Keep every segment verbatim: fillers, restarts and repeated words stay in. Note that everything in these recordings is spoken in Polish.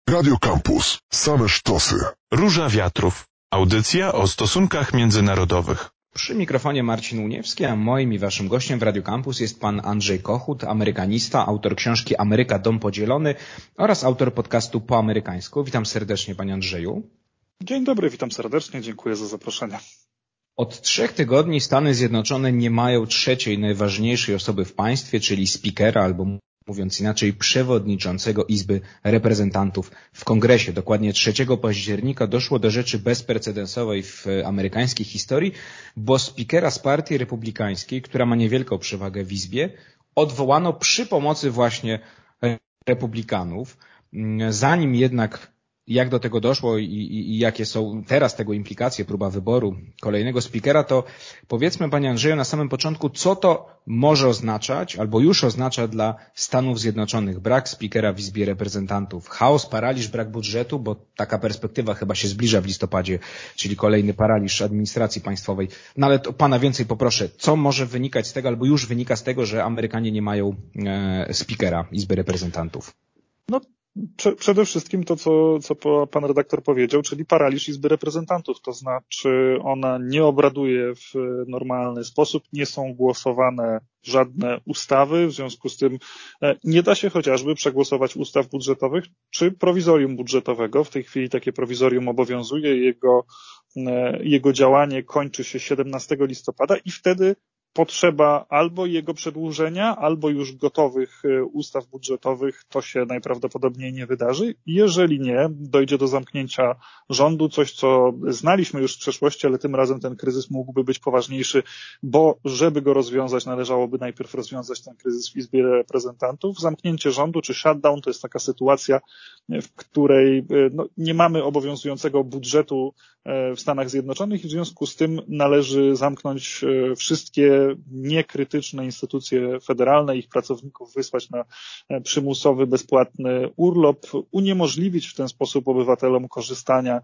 Radio Campus. Same sztosy. Róża wiatrów. Audycja o stosunkach międzynarodowych. Przy mikrofonie Marcin Uniewski, a moim i waszym gościem w Radio Campus jest pan Andrzej Kochut, amerykanista, autor książki Ameryka Dom Podzielony oraz autor podcastu Po amerykańsku. Witam serdecznie, panie Andrzeju. Dzień dobry, witam serdecznie, dziękuję za zaproszenie. Od trzech tygodni Stany Zjednoczone nie mają trzeciej najważniejszej osoby w państwie, czyli speakera albo mówiąc inaczej, przewodniczącego Izby Reprezentantów w Kongresie. Dokładnie trzeciego października doszło do rzeczy bezprecedensowej w amerykańskiej historii, bo speakera z partii republikańskiej, która ma niewielką przewagę w Izbie, odwołano przy pomocy właśnie republikanów. Zanim jednak jak do tego doszło i, i, i jakie są teraz tego implikacje, próba wyboru kolejnego speakera, to powiedzmy, panie Andrzeju, na samym początku, co to może oznaczać, albo już oznacza dla Stanów Zjednoczonych brak speakera w Izbie Reprezentantów. Chaos, paraliż, brak budżetu, bo taka perspektywa chyba się zbliża w listopadzie, czyli kolejny paraliż administracji państwowej. No ale to pana więcej poproszę, co może wynikać z tego, albo już wynika z tego, że Amerykanie nie mają e, speakera Izby Reprezentantów? No. Przede wszystkim to, co, co pan redaktor powiedział, czyli paraliż Izby Reprezentantów, to znaczy ona nie obraduje w normalny sposób, nie są głosowane żadne ustawy, w związku z tym nie da się chociażby przegłosować ustaw budżetowych czy prowizorium budżetowego. W tej chwili takie prowizorium obowiązuje, jego, jego działanie kończy się siedemnastego listopada i wtedy potrzeba albo jego przedłużenia, albo już gotowych ustaw budżetowych, to się najprawdopodobniej nie wydarzy. Jeżeli nie, dojdzie do zamknięcia rządu, coś co znaliśmy już w przeszłości, ale tym razem ten kryzys mógłby być poważniejszy, bo żeby go rozwiązać, należałoby najpierw rozwiązać ten kryzys w Izbie Reprezentantów. Zamknięcie rządu czy shutdown to jest taka sytuacja, w której no, nie mamy obowiązującego budżetu w Stanach Zjednoczonych i w związku z tym należy zamknąć wszystkie niekrytyczne instytucje federalne, ich pracowników wysłać na przymusowy, bezpłatny urlop, uniemożliwić w ten sposób obywatelom korzystania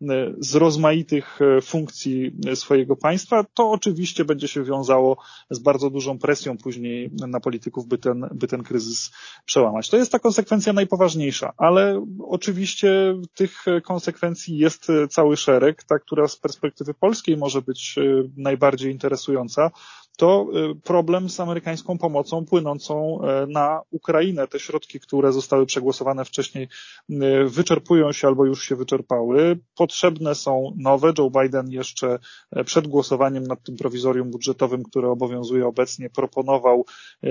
z rozmaitych funkcji swojego państwa. To oczywiście będzie się wiązało z bardzo dużą presją później na polityków, by ten, by ten kryzys przełamać. To jest ta konsekwencja najpoważniejsza, ale oczywiście tych konsekwencji jest cały szereg. Ta, która z perspektywy polskiej może być najbardziej interesująca, to problem z amerykańską pomocą płynącą na Ukrainę. Te środki, które zostały przegłosowane wcześniej, wyczerpują się albo już się wyczerpały. Potrzebne są nowe. Joe Biden jeszcze przed głosowaniem nad tym prowizorium budżetowym, które obowiązuje obecnie, proponował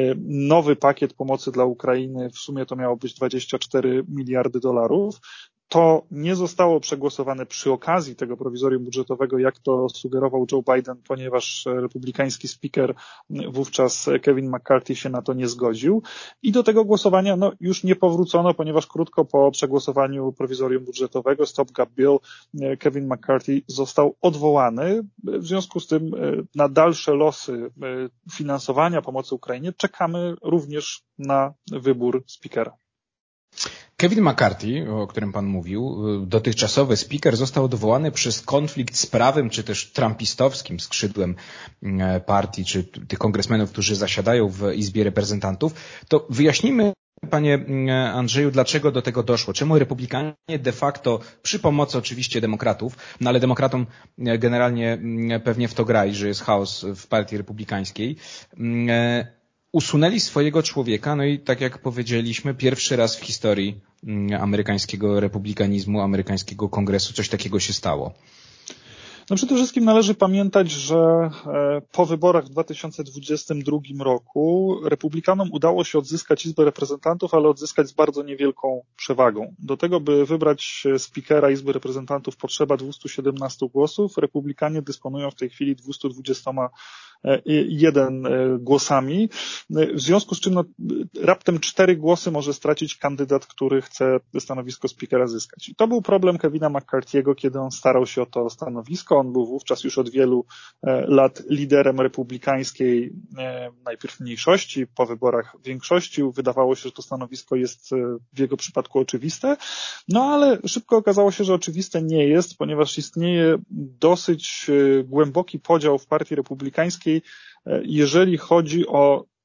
nowy pakiet pomocy dla Ukrainy. W sumie to miało być dwadzieścia cztery miliardy dolarów. To nie zostało przegłosowane przy okazji tego prowizorium budżetowego, jak to sugerował Joe Biden, ponieważ republikański speaker wówczas Kevin McCarthy się na to nie zgodził. I do tego głosowania no, już nie powrócono, ponieważ krótko po przegłosowaniu prowizorium budżetowego Stopgap Bill Kevin McCarthy został odwołany. W związku z tym na dalsze losy finansowania pomocy Ukrainie czekamy również na wybór speakera. Kevin McCarthy, o którym pan mówił, dotychczasowy speaker, został odwołany przez konflikt z prawym, czy też trumpistowskim skrzydłem partii, czy tych kongresmenów, którzy zasiadają w Izbie Reprezentantów. To wyjaśnijmy, panie Andrzeju, dlaczego do tego doszło? Czemu republikanie de facto, przy pomocy oczywiście demokratów, no ale demokratom generalnie pewnie w to grali, że jest chaos w partii republikańskiej, usunęli swojego człowieka, no i tak jak powiedzieliśmy, pierwszy raz w historii amerykańskiego republikanizmu, amerykańskiego kongresu coś takiego się stało. No przede wszystkim należy pamiętać, że po wyborach w dwa tysiące dwudziestym drugim roku republikanom udało się odzyskać Izbę Reprezentantów, ale odzyskać z bardzo niewielką przewagą. Do tego, by wybrać speakera Izby Reprezentantów, potrzeba dwieście siedemnaście głosów. Republikanie dysponują w tej chwili dwieście dwadzieścia jeden głosami, w związku z czym no, raptem cztery głosy może stracić kandydat, który chce stanowisko speakera zyskać. I to był problem Kevina McCarthy'ego, kiedy on starał się o to stanowisko. On był wówczas już od wielu lat liderem republikańskiej najpierw mniejszości, po wyborach większości. Wydawało się, że to stanowisko jest w jego przypadku oczywiste, no ale szybko okazało się, że oczywiste nie jest, ponieważ istnieje dosyć głęboki podział w partii republikańskiej, jeżeli chodzi o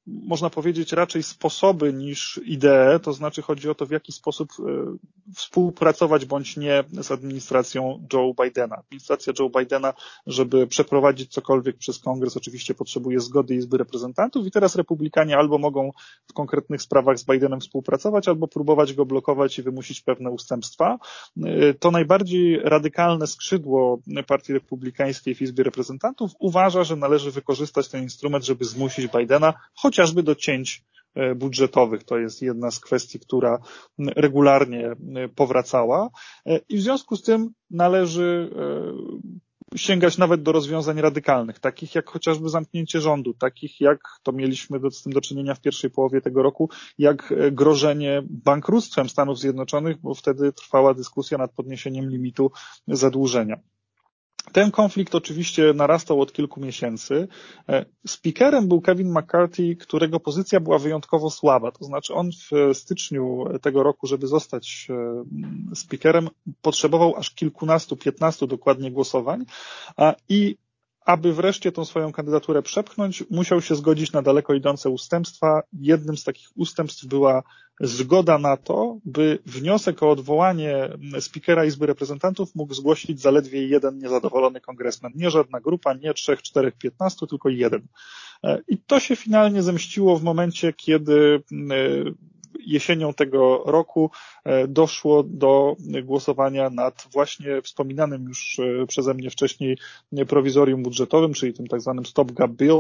można powiedzieć, raczej sposoby niż idee, to znaczy chodzi o to, w jaki sposób współpracować bądź nie z administracją Joe Bidena. Administracja Joe Bidena, żeby przeprowadzić cokolwiek przez Kongres, oczywiście potrzebuje zgody Izby Reprezentantów i teraz republikanie albo mogą w konkretnych sprawach z Bidenem współpracować, albo próbować go blokować i wymusić pewne ustępstwa. To najbardziej radykalne skrzydło Partii Republikańskiej w Izbie Reprezentantów uważa, że należy wykorzystać ten instrument, żeby zmusić Bidena chociażby do cięć budżetowych. To jest jedna z kwestii, która regularnie powracała i w związku z tym należy sięgać nawet do rozwiązań radykalnych, takich jak chociażby zamknięcie rządu, takich jak, to mieliśmy do, z tym do czynienia w pierwszej połowie tego roku, jak grożenie bankructwem Stanów Zjednoczonych, bo wtedy trwała dyskusja nad podniesieniem limitu zadłużenia. Ten konflikt oczywiście narastał od kilku miesięcy. Speakerem był Kevin McCarthy, którego pozycja była wyjątkowo słaba. To znaczy on w styczniu tego roku, żeby zostać speakerem, potrzebował aż kilkunastu, piętnastu dokładnie głosowań i aby wreszcie tą swoją kandydaturę przepchnąć, musiał się zgodzić na daleko idące ustępstwa. Jednym z takich ustępstw była zgoda na to, by wniosek o odwołanie speakera Izby Reprezentantów mógł zgłosić zaledwie jeden niezadowolony kongresmen. Nie żadna grupa, nie trzech, czterech, piętnastu, tylko jeden. I to się finalnie zemściło w momencie, kiedy jesienią tego roku doszło do głosowania nad właśnie wspominanym już przeze mnie wcześniej prowizorium budżetowym, czyli tym tak zwanym stopgap bill.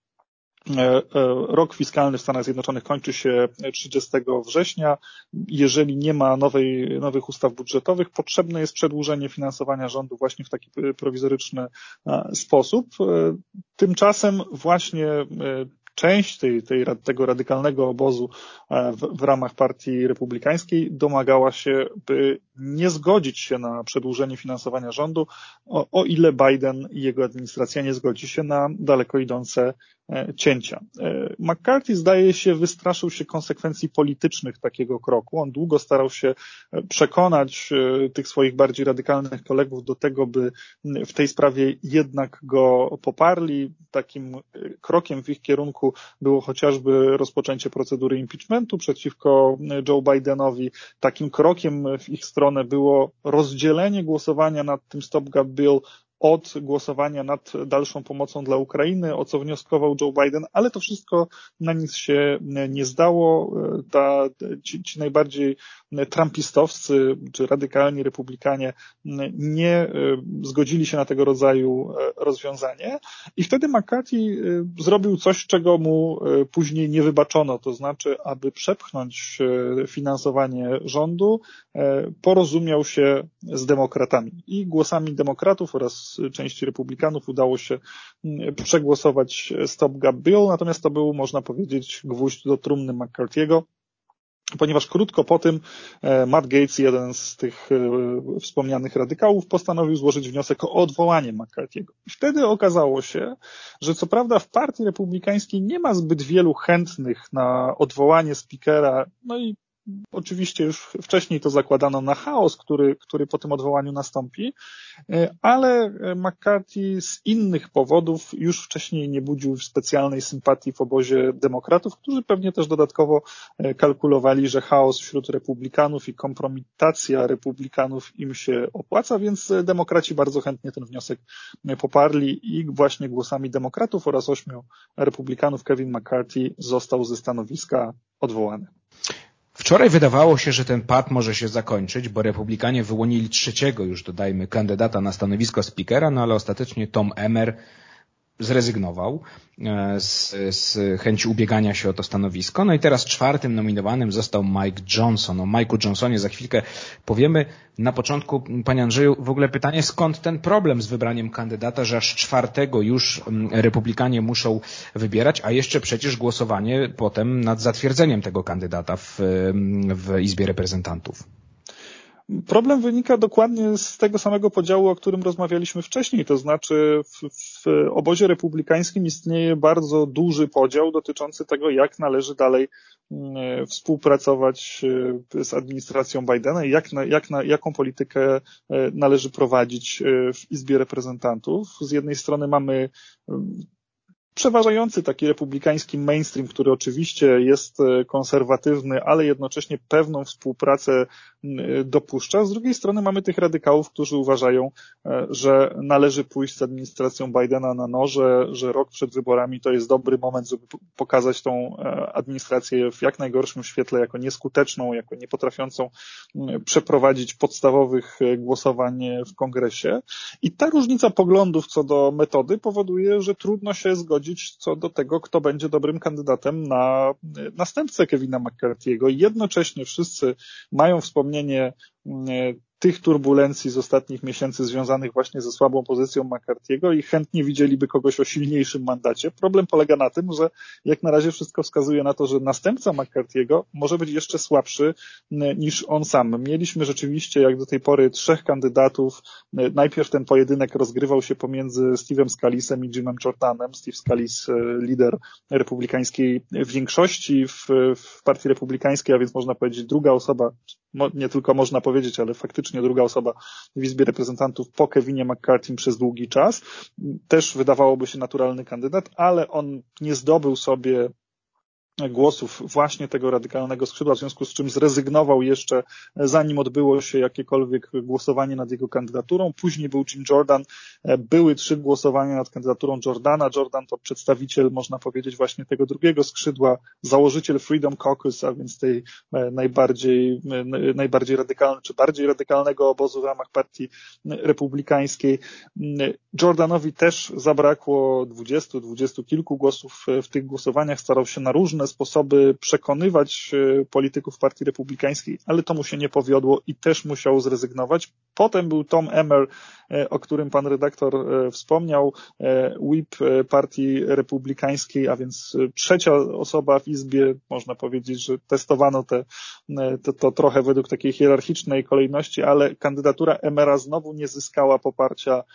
Rok fiskalny w Stanach Zjednoczonych kończy się trzydziestego września. Jeżeli nie ma nowej, nowych ustaw budżetowych, potrzebne jest przedłużenie finansowania rządu właśnie w taki prowizoryczny sposób. Tymczasem właśnie część tej, tej, tego radykalnego obozu w, w ramach Partii Republikańskiej domagała się, by nie zgodzić się na przedłużenie finansowania rządu, o, o ile Biden i jego administracja nie zgodzi się na daleko idące cięcia. McCarthy, zdaje się, wystraszył się konsekwencji politycznych takiego kroku. On długo starał się przekonać tych swoich bardziej radykalnych kolegów do tego, by w tej sprawie jednak go poparli. Takim krokiem w ich kierunku było chociażby rozpoczęcie procedury impeachmentu przeciwko Joe Bidenowi. Takim krokiem w ich stronę było rozdzielenie głosowania nad tym stopgap bill od głosowania nad dalszą pomocą dla Ukrainy, o co wnioskował Joe Biden, ale to wszystko na nic się nie zdało. Ta, ci, ci najbardziej trumpistowscy czy radykalni republikanie nie zgodzili się na tego rodzaju rozwiązanie i wtedy McCarthy zrobił coś, czego mu później nie wybaczono, to znaczy, aby przepchnąć finansowanie rządu, porozumiał się z demokratami i głosami demokratów oraz części republikanów udało się przegłosować stopgap bill, natomiast to był, można powiedzieć, gwóźdź do trumny McCarthy'ego, ponieważ krótko po tym Matt Gaetz, jeden z tych wspomnianych radykałów, postanowił złożyć wniosek o odwołanie McCarthy'ego. I wtedy okazało się, że co prawda w Partii Republikańskiej nie ma zbyt wielu chętnych na odwołanie speakera, no i oczywiście już wcześniej to zakładano na chaos, który, który po tym odwołaniu nastąpi, ale McCarthy z innych powodów już wcześniej nie budził specjalnej sympatii w obozie demokratów, którzy pewnie też dodatkowo kalkulowali, że chaos wśród republikanów i kompromitacja republikanów im się opłaca, więc demokraci bardzo chętnie ten wniosek poparli i właśnie głosami demokratów oraz ośmiu republikanów Kevin McCarthy został ze stanowiska odwołany. Wczoraj wydawało się, że ten pad może się zakończyć, bo republikanie wyłonili trzeciego już, dodajmy, kandydata na stanowisko speakera, no ale ostatecznie Tom Emmer zrezygnował z, z chęci ubiegania się o to stanowisko. No i teraz czwartym nominowanym został Mike Johnson. O Mike'u Johnsonie za chwilkę powiemy. Na początku, panie Andrzeju, w ogóle pytanie, skąd ten problem z wybraniem kandydata, że aż czwartego już republikanie muszą wybierać, a jeszcze przecież głosowanie potem nad zatwierdzeniem tego kandydata w, w Izbie Reprezentantów. Problem wynika dokładnie z tego samego podziału, o którym rozmawialiśmy wcześniej, to znaczy w, w obozie republikańskim istnieje bardzo duży podział dotyczący tego, jak należy dalej współpracować z administracją Bidena i jak na, jak na, jaką politykę należy prowadzić w Izbie Reprezentantów. Z jednej strony mamy przeważający taki republikański mainstream, który oczywiście jest konserwatywny, ale jednocześnie pewną współpracę dopuszcza. Z drugiej strony mamy tych radykałów, którzy uważają, że należy pójść z administracją Bidena na noże, że rok przed wyborami to jest dobry moment, żeby pokazać tą administrację w jak najgorszym świetle, jako nieskuteczną, jako niepotrafiącą przeprowadzić podstawowych głosowań w kongresie. I ta różnica poglądów co do metody powoduje, że trudno się zgodzić co do tego, kto będzie dobrym kandydatem na następcę Kevina McCarthy'ego. Jednocześnie wszyscy mają wspomnienie tych turbulencji z ostatnich miesięcy związanych właśnie ze słabą pozycją McCarthy'ego i chętnie widzieliby kogoś o silniejszym mandacie. Problem polega na tym, że jak na razie wszystko wskazuje na to, że następca McCarthy'ego może być jeszcze słabszy niż on sam. Mieliśmy rzeczywiście jak do tej pory trzech kandydatów. Najpierw ten pojedynek rozgrywał się pomiędzy Steve'em Scalisem i Jimem Jordanem. Steve Scalise, lider republikańskiej większości w, w partii republikańskiej, a więc można powiedzieć druga osoba, nie tylko można powiedzieć, ale faktycznie druga osoba w Izbie Reprezentantów po Kevinie McCarthym przez długi czas. Też wydawałoby się naturalny kandydat, ale on nie zdobył sobie głosów właśnie tego radykalnego skrzydła, w związku z czym zrezygnował jeszcze, zanim odbyło się jakiekolwiek głosowanie nad jego kandydaturą. Później był Jim Jordan. Były trzy głosowania nad kandydaturą Jordana. Jordan to przedstawiciel, można powiedzieć, właśnie tego drugiego skrzydła, założyciel Freedom Caucus, a więc tej najbardziej, najbardziej radykalnego, czy bardziej radykalnego obozu w ramach partii republikańskiej. Jordanowi też zabrakło dwudziestu, dwudziestu kilku głosów w tych głosowaniach. Starał się na różne sposoby przekonywać polityków partii republikańskiej, ale to mu się nie powiodło i też musiał zrezygnować. Potem był Tom Emmer, o którym pan redaktor wspomniał, whip partii republikańskiej, a więc trzecia osoba w Izbie, można powiedzieć, że testowano te, to, to trochę według takiej hierarchicznej kolejności, ale kandydatura Emmera znowu nie zyskała poparcia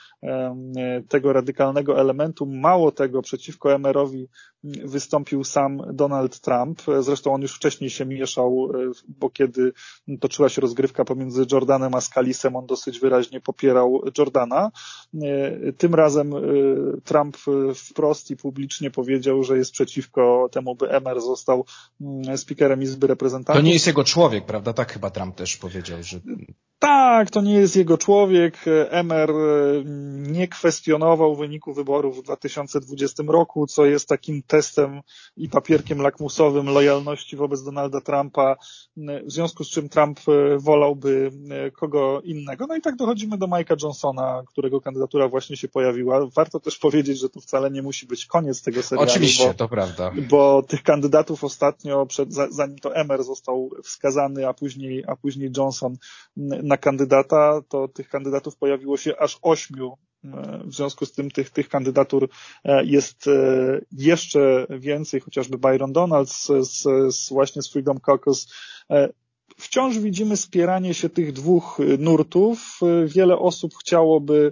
tego radykalnego elementu. Mało tego, przeciwko Emmerowi wystąpił sam Donald Trump. Zresztą on już wcześniej się mieszał, bo kiedy toczyła się rozgrywka pomiędzy Jordanem a Scalisem, on dosyć wyraźnie popierał Jordana. Tym razem Trump wprost i publicznie powiedział, że jest przeciwko temu, by Emmer został speakerem Izby Reprezentantów. To nie jest jego człowiek, prawda? Tak chyba Trump też powiedział, że... Tak, to nie jest jego człowiek. Emmer nie kwestionował wyniku wyborów w dwa tysiące dwudziestym roku, co jest takim testem i papierkiem lakmusowym lojalności wobec Donalda Trumpa, w związku z czym Trump wolałby kogo innego. No i tak dochodzimy do Mike'a Johnsona, którego kandydatura właśnie się pojawiła. Warto też powiedzieć, że to wcale nie musi być koniec tego serialu. Oczywiście, bo, to prawda. Bo tych kandydatów ostatnio, przed, zanim to Emmer został wskazany, a później, a później Johnson na kandydata, to tych kandydatów pojawiło się aż ośmiu. W związku z tym tych, tych kandydatur jest jeszcze więcej, chociażby Byron Donalds z, z właśnie z Freedom Caucus. Wciąż widzimy spieranie się tych dwóch nurtów. Wiele osób chciałoby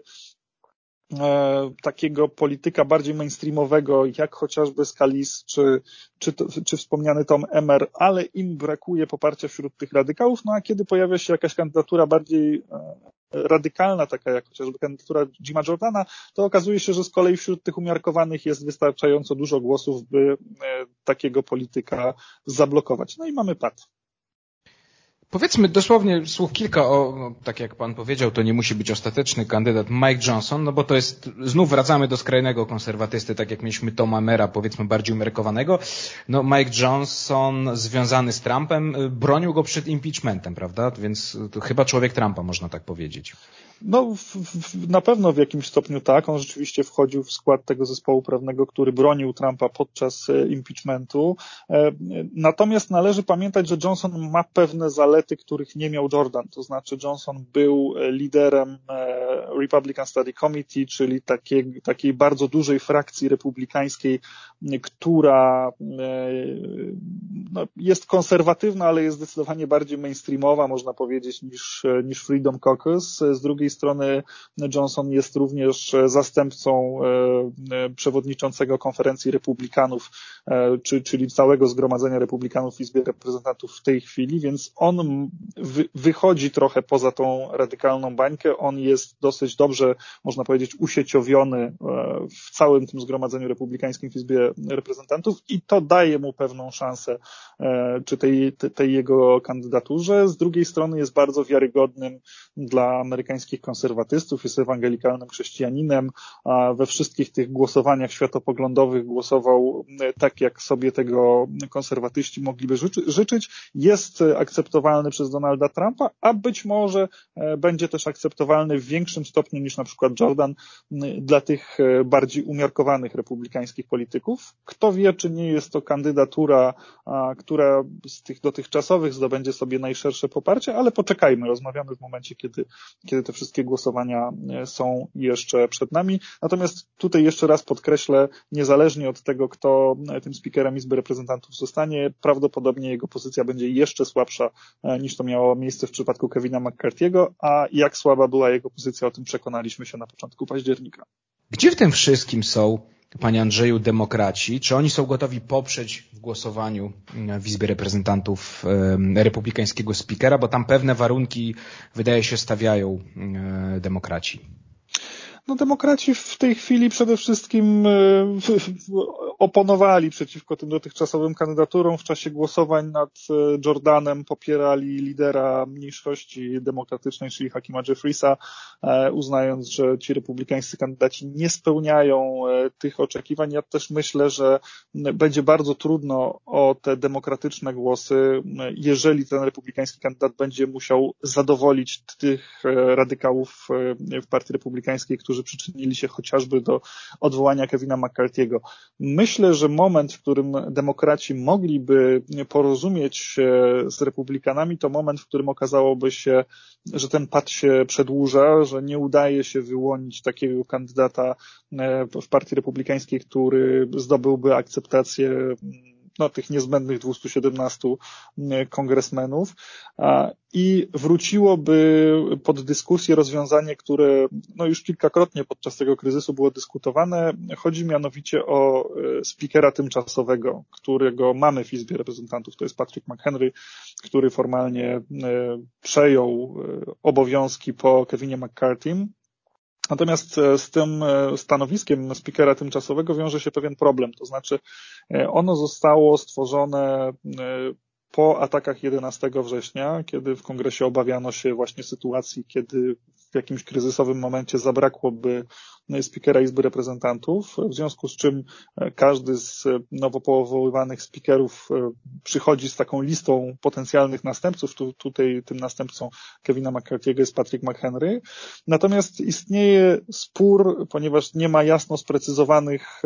takiego polityka bardziej mainstreamowego, jak chociażby Scalise, czy, czy, czy wspomniany Tom Emmer, ale im brakuje poparcia wśród tych radykałów, no a kiedy pojawia się jakaś kandydatura bardziej radykalna, taka jak chociażby kandydatura Jima Jordana, to okazuje się, że z kolei wśród tych umiarkowanych jest wystarczająco dużo głosów, by takiego polityka zablokować. No i mamy pad. Powiedzmy dosłownie słów kilka o, no, tak jak pan powiedział, to nie musi być ostateczny kandydat Mike Johnson, no bo to jest, znów wracamy do skrajnego konserwatysty, tak jak mieliśmy Toma Emmera, powiedzmy bardziej umiarkowanego. No Mike Johnson związany z Trumpem bronił go przed impeachmentem, prawda? Więc to chyba człowiek Trumpa, można tak powiedzieć. No w, w, na pewno w jakimś stopniu tak. On rzeczywiście wchodził w skład tego zespołu prawnego, który bronił Trumpa podczas impeachmentu. Natomiast należy pamiętać, że Johnson ma pewne zalety, których nie miał Jordan. To znaczy Johnson był liderem Republican Study Committee, czyli takiej, takiej bardzo dużej frakcji republikańskiej, która no, jest konserwatywna, ale jest zdecydowanie bardziej mainstreamowa, można powiedzieć, niż, niż Freedom Caucus. Z drugiej strony Johnson jest również zastępcą przewodniczącego konferencji republikanów, czy, czyli całego zgromadzenia republikanów w Izbie Reprezentantów w tej chwili, więc on wy, wychodzi trochę poza tą radykalną bańkę. On jest dosyć dosyć dobrze, można powiedzieć, usieciowiony w całym tym zgromadzeniu republikańskim w Izbie Reprezentantów i to daje mu pewną szansę, czy tej, tej jego kandydaturze. Z drugiej strony jest bardzo wiarygodnym dla amerykańskich konserwatystów, jest ewangelikalnym chrześcijaninem, a we wszystkich tych głosowaniach światopoglądowych głosował tak, jak sobie tego konserwatyści mogliby życzy, życzyć. Jest akceptowalny przez Donalda Trumpa, a być może będzie też akceptowalny w większym stopniu niż na przykład Jordan dla tych bardziej umiarkowanych republikańskich polityków. Kto wie, czy nie jest to kandydatura, która z tych dotychczasowych zdobędzie sobie najszersze poparcie, ale poczekajmy, rozmawiamy w momencie, kiedy, kiedy te wszystkie głosowania są jeszcze przed nami. Natomiast tutaj jeszcze raz podkreślę, niezależnie od tego, kto tym speakerem Izby Reprezentantów zostanie, prawdopodobnie jego pozycja będzie jeszcze słabsza niż to miało miejsce w przypadku Kevina McCarthy'ego, a jak słaba była jego pozycja, o tym przekonaliśmy się na początku października. Gdzie w tym wszystkim są, panie Andrzeju, demokraci? Czy oni są gotowi poprzeć w głosowaniu w Izbie Reprezentantów republikańskiego speakera, bo tam pewne warunki, wydaje się, stawiają demokraci? No demokraci w tej chwili przede wszystkim oponowali przeciwko tym dotychczasowym kandydaturom. W czasie głosowań nad Jordanem popierali lidera mniejszości demokratycznej, czyli Hakima Jeffriesa, uznając, że ci republikańscy kandydaci nie spełniają tych oczekiwań. Ja też myślę, że będzie bardzo trudno o te demokratyczne głosy, jeżeli ten republikański kandydat będzie musiał zadowolić tych radykałów w Partii Republikańskiej, którzy przyczynili się chociażby do odwołania Kevina McCarthy'ego. Myślę, że moment, w którym demokraci mogliby porozumieć się z republikanami, to moment, w którym okazałoby się, że ten pad się przedłuża, że nie udaje się wyłonić takiego kandydata w Partii Republikańskiej, który zdobyłby akceptację no, tych niezbędnych dwieście siedemnaście kongresmenów i wróciłoby pod dyskusję rozwiązanie, które no, już kilkakrotnie podczas tego kryzysu było dyskutowane. Chodzi mianowicie o speakera tymczasowego, którego mamy w Izbie Reprezentantów. To jest Patrick McHenry, który formalnie przejął obowiązki po Kevinie McCarthym. Natomiast z tym stanowiskiem speakera tymczasowego wiąże się pewien problem, to znaczy ono zostało stworzone po atakach jedenastego września, kiedy w Kongresie obawiano się właśnie sytuacji, kiedy w jakimś kryzysowym momencie zabrakłoby speakera Izby Reprezentantów, w związku z czym każdy z nowo powoływanych speakerów przychodzi z taką listą potencjalnych następców. Tu, tutaj tym następcą Kevina McCarthy'ego jest Patrick McHenry. Natomiast istnieje spór, ponieważ nie ma jasno sprecyzowanych,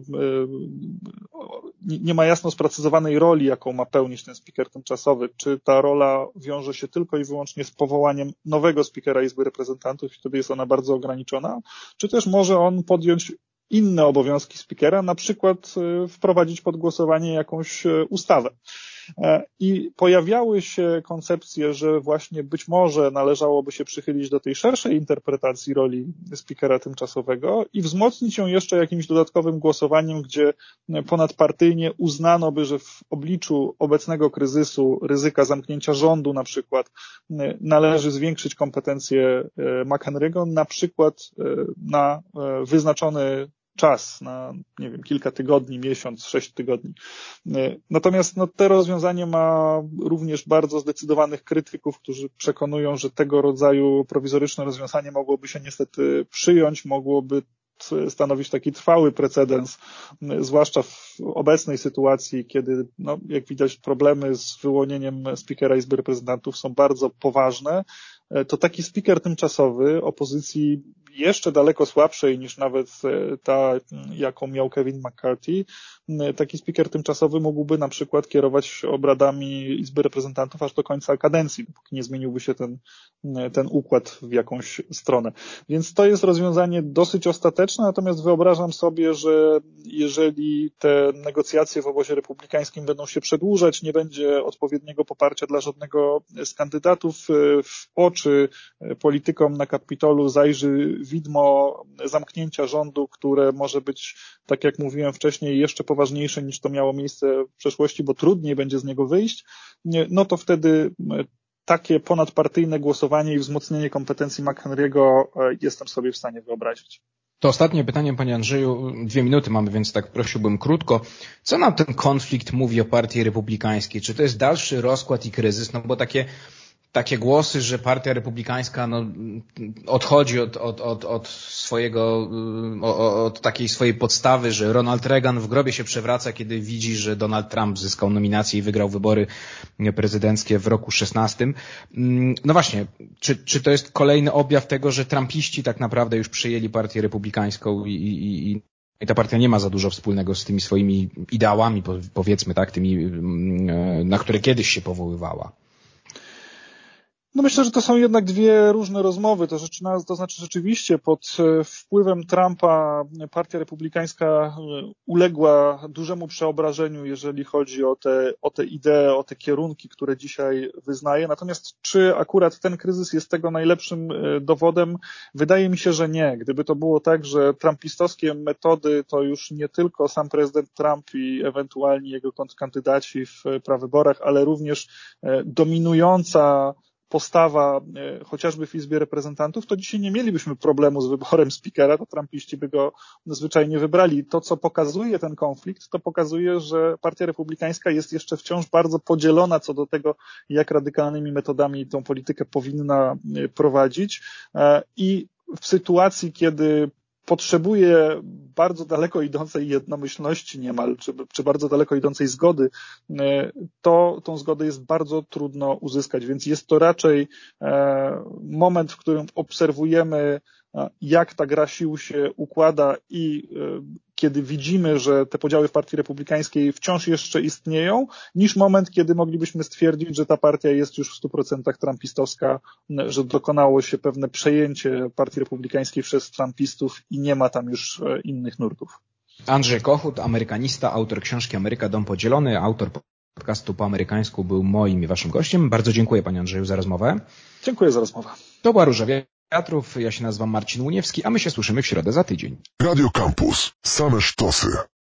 nie ma jasno sprecyzowanej roli, jaką ma pełnić ten speaker tymczasowy. Czy ta rola wiąże się tylko i wyłącznie z powołaniem nowego speakera Izby Reprezentantów i wtedy jest ona bardzo ograniczona, czy też może on podjąć inne obowiązki speakera, na przykład wprowadzić pod głosowanie jakąś ustawę. I pojawiały się koncepcje, że właśnie być może należałoby się przychylić do tej szerszej interpretacji roli speakera tymczasowego i wzmocnić ją jeszcze jakimś dodatkowym głosowaniem, gdzie ponadpartyjnie uznano by, że w obliczu obecnego kryzysu, ryzyka zamknięcia rządu na przykład, należy zwiększyć kompetencje McHenry'ego, na przykład na wyznaczony czas, na, nie wiem, kilka tygodni, miesiąc, sześć tygodni. Natomiast no, to rozwiązanie ma również bardzo zdecydowanych krytyków, którzy przekonują, że tego rodzaju prowizoryczne rozwiązanie mogłoby się niestety przyjąć, mogłoby stanowić taki trwały precedens, zwłaszcza w obecnej sytuacji, kiedy, no, jak widać, problemy z wyłonieniem speakera Izby Reprezentantów są bardzo poważne. To taki speaker tymczasowy opozycji jeszcze daleko słabszej niż nawet ta, jaką miał Kevin McCarthy, taki speaker tymczasowy mógłby na przykład kierować obradami Izby Reprezentantów aż do końca kadencji, dopóki nie zmieniłby się ten, ten układ w jakąś stronę. Więc to jest rozwiązanie dosyć ostateczne, natomiast wyobrażam sobie, że jeżeli te negocjacje w obozie republikańskim będą się przedłużać, nie będzie odpowiedniego poparcia dla żadnego z kandydatów, w oczy politykom na Kapitolu zajrzy widmo zamknięcia rządu, które może być, tak jak mówiłem wcześniej, jeszcze poważniejsze niż to miało miejsce w przeszłości, bo trudniej będzie z niego wyjść, no to wtedy takie ponadpartyjne głosowanie i wzmocnienie kompetencji McHenry'ego jestem sobie w stanie wyobrazić. To ostatnie pytanie, panie Andrzeju, dwie minuty mamy, więc tak prosiłbym krótko. Co nam ten konflikt mówi o partii republikańskiej? Czy to jest dalszy rozkład i kryzys? No bo takie takie głosy, że partia republikańska no, odchodzi od, od, od, od swojego, od takiej swojej podstawy, że Ronald Reagan w grobie się przewraca, kiedy widzi, że Donald Trump zyskał nominację i wygrał wybory prezydenckie w roku szesnastym. No właśnie, czy, czy to jest kolejny objaw tego, że trumpiści tak naprawdę już przejęli partię republikańską i, i, i I ta partia nie ma za dużo wspólnego z tymi swoimi ideałami, powiedzmy tak, tymi, na które kiedyś się powoływała? No myślę, że to są jednak dwie różne rozmowy. To, rzeczy, to znaczy rzeczywiście pod wpływem Trumpa partia republikańska uległa dużemu przeobrażeniu, jeżeli chodzi o te, o te idee, o te kierunki, które dzisiaj wyznaje. Natomiast czy akurat ten kryzys jest tego najlepszym dowodem? Wydaje mi się, że nie. Gdyby to było tak, że trumpistowskie metody to już nie tylko sam prezydent Trump i ewentualnie jego kontrkandydaci w prawyborach, ale również dominująca postawa chociażby w Izbie Reprezentantów, to dzisiaj nie mielibyśmy problemu z wyborem spikera, to trumpiści by go zwyczajnie wybrali. To, co pokazuje ten konflikt, to pokazuje, że partia republikańska jest jeszcze wciąż bardzo podzielona co do tego, jak radykalnymi metodami tą politykę powinna prowadzić i w sytuacji, kiedy potrzebuje bardzo daleko idącej jednomyślności niemal, czy, czy bardzo daleko idącej zgody, to tą zgodę jest bardzo trudno uzyskać, więc jest to raczej moment, w którym obserwujemy, jak ta gra sił się układa i kiedy widzimy, że te podziały w partii republikańskiej wciąż jeszcze istnieją, niż moment, kiedy moglibyśmy stwierdzić, że ta partia jest już w stu procentach trumpistowska, że dokonało się pewne przejęcie partii republikańskiej przez trumpistów i nie ma tam już innych nurtów. Andrzej Kochut, amerykanista, autor książki Ameryka Dom Podzielony, autor podcastu Po Amerykańsku był moim i waszym gościem. Bardzo dziękuję panie Andrzeju za rozmowę. Dziękuję za rozmowę. To była Róża Wiatrów, ja się nazywam Marcin Łuniewski, a my się słyszymy w środę za tydzień. Radio Campus. Same sztosy.